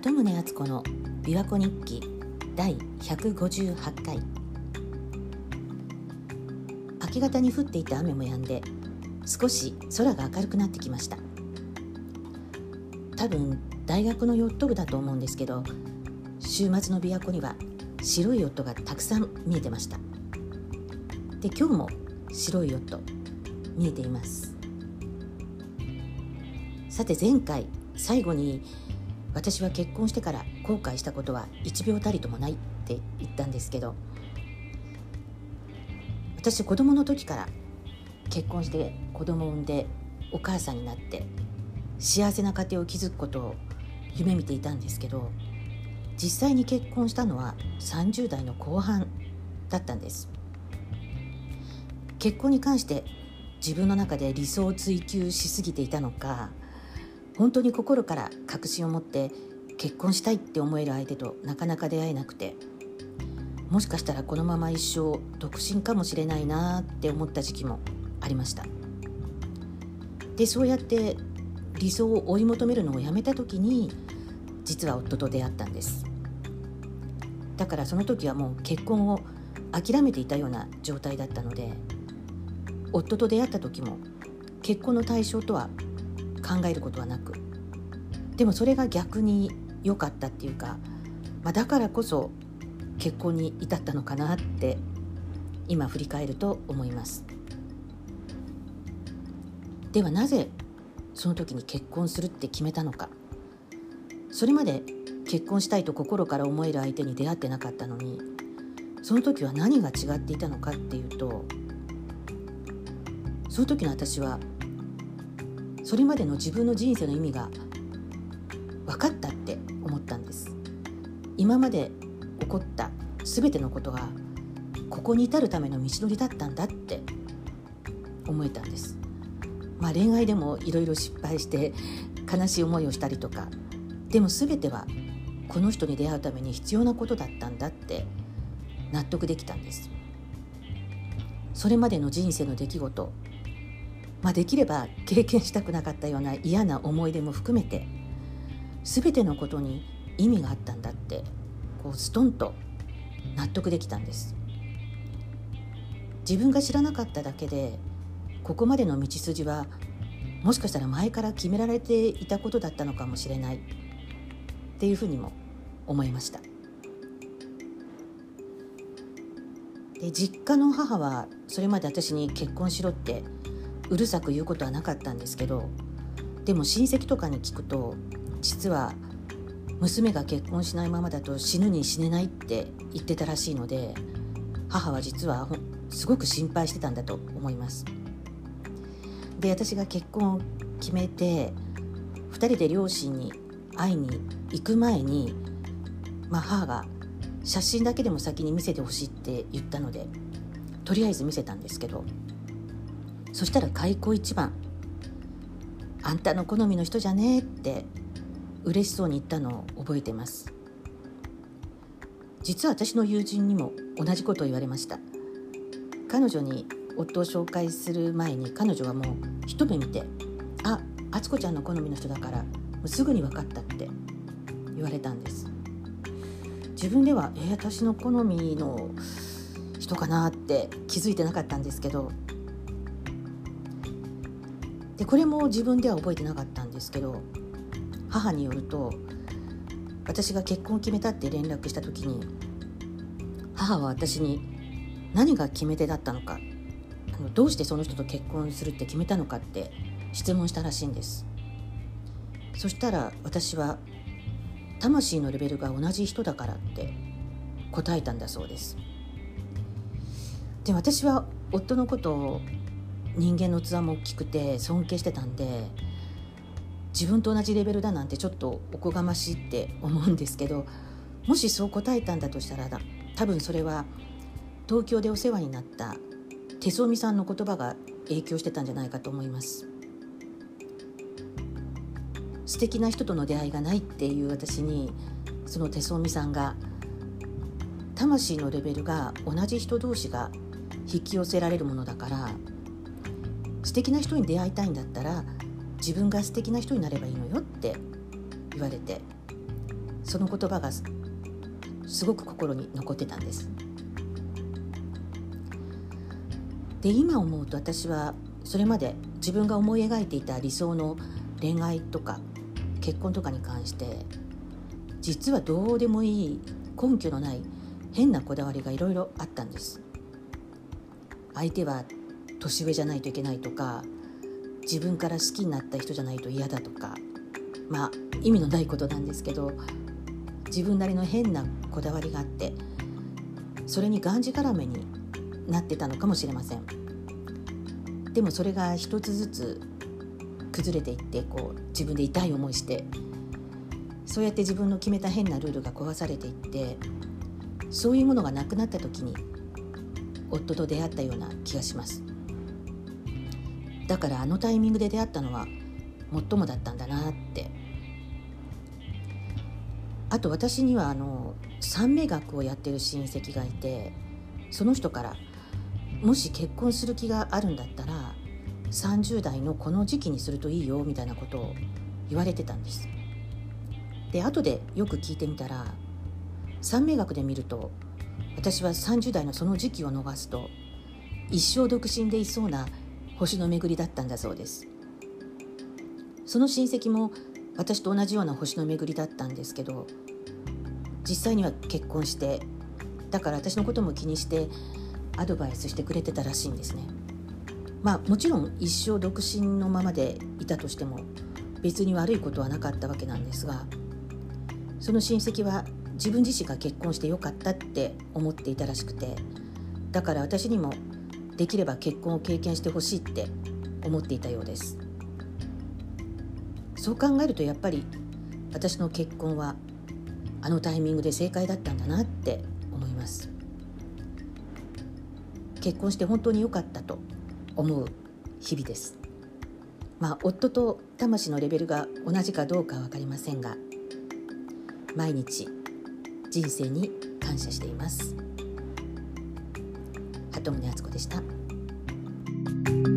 鳩宗敦子の琵琶湖日記第158回。明け方に降っていた雨も止んで、少し空が明るくなってきました。多分大学のヨット部だと思うんですけど、週末の琵琶湖には白いヨットがたくさん見えてました。で、今日も白いヨット見えています。さて、前回最後に私は結婚してから後悔したことは1秒たりともないって言ったんですけど、私子供の時から結婚して子供を産んでお母さんになって幸せな家庭を築くことを夢見ていたんですけど、実際に結婚したのは30代の後半だったんです。結婚に関して自分の中で理想を追求しすぎていたのか、本当に心から確信を持って結婚したいって思える相手となかなか出会えなくて、もしかしたらこのまま一生独身かもしれないなって思った時期もありました。で、そうやって理想を追い求めるのをやめた時に、実は夫と出会ったんです。だからその時はもう結婚を諦めていたような状態だったので、夫と出会った時も結婚の対象とは考えることはなく、でもそれが逆に良かったっていうか、だからこそ結婚に至ったのかなって今振り返ると思います。ではなぜその時に結婚するって決めたのか。それまで結婚したいと心から思える相手に出会ってなかったのに、その時は何が違っていたのかっていうと、その時の私はそれまでの自分の人生の意味が分かったって思ったんです。今まで起こった全てのことがここに至るための道のりだったんだって思えたんです。恋愛でもいろいろ失敗して悲しい思いをしたりとか、でも全てはこの人に出会うために必要なことだったんだって納得できたんです。それまでの人生の出来事、できれば経験したくなかったような嫌な思い出も含めて、全てのことに意味があったんだってストンと納得できたんです。自分が知らなかっただけで、ここまでの道筋はもしかしたら前から決められていたことだったのかもしれないっていうふうにも思いました。で、実家の母はそれまで私に結婚しろってうるさく言うことはなかったんですけど、でも親戚とかに聞くと、実は娘が結婚しないままだと死ぬに死ねないって言ってたらしいので、母は実はすごく心配してたんだと思います。で、私が結婚を決めて2人で両親に会いに行く前に、母が写真だけでも先に見せてほしいって言ったので、とりあえず見せたんですけど、そしたら開口一番、あんたの好みの人じゃねえって嬉しそうに言ったのを覚えてます。実は私の友人にも同じことを言われました。彼女に夫を紹介する前に、彼女はもう一目見て、敦子ちゃんの好みの人だからすぐに分かったって言われたんです。自分では私の好みの人かなって気づいてなかったんですけど、でこれも自分では覚えてなかったんですけど、母によると、私が結婚を決めたって連絡した時に、母は私に何が決め手だったのか、どうしてその人と結婚するって決めたのかって質問したらしいんです。そしたら私は、魂のレベルが同じ人だからって答えたんだそうです。で、私は夫のことを人間の器も大きくて尊敬してたんで、自分と同じレベルだなんてちょっとおこがましいって思うんですけど、もしそう答えたんだとしたら、多分それは東京でお世話になった手相美さんの言葉が影響してたんじゃないかと思います。素敵な人との出会いがないっていう私に、その手相美さんが、魂のレベルが同じ人同士が引き寄せられるものだから、素敵な人に出会いたいんだったら自分が素敵な人になればいいのよって言われて、 その言葉がすごく心に残ってたんです。で、今思うと私はそれまで自分が思い描いていた理想の恋愛とか結婚とかに関して実はどうでもいい根拠のない変なこだわりがいろいろあったんです。相手は年上じゃないといけないとか、自分から好きになった人じゃないと嫌だとか、意味のないことなんですけど、自分なりの変なこだわりがあって、それにがんじがらめになってたのかもしれません。でもそれが一つずつ崩れていって、自分で痛い思いして、そうやって自分の決めた変なルールが壊されていって、そういうものがなくなった時に夫と出会ったような気がします。だからあのタイミングで出会ったのはもっともだったんだなって。あと私には三名学をやってる親戚がいて、その人からもし結婚する気があるんだったら30代のこの時期にするといいよみたいなことを言われてたんです。で、後でよく聞いてみたら、三名学で見ると私は30代のその時期を逃すと一生独身でいそうな星の巡りだったんだそうです。その親戚も私と同じような星の巡りだったんですけど、実際には結婚して、だから私のことも気にしてアドバイスしてくれてたらしいんですね。もちろん一生独身のままでいたとしても別に悪いことはなかったわけなんですが、その親戚は自分自身が結婚してよかったって思っていたらしくて、だから私にもできれば結婚を経験してほしいって思っていたようです。そう考えるとやっぱり私の結婚はあのタイミングで正解だったんだなって思います。結婚して本当に良かったと思う日々です。夫と魂のレベルが同じかどうかは分かりませんが、毎日人生に感謝しています。鳩宗敦子でした。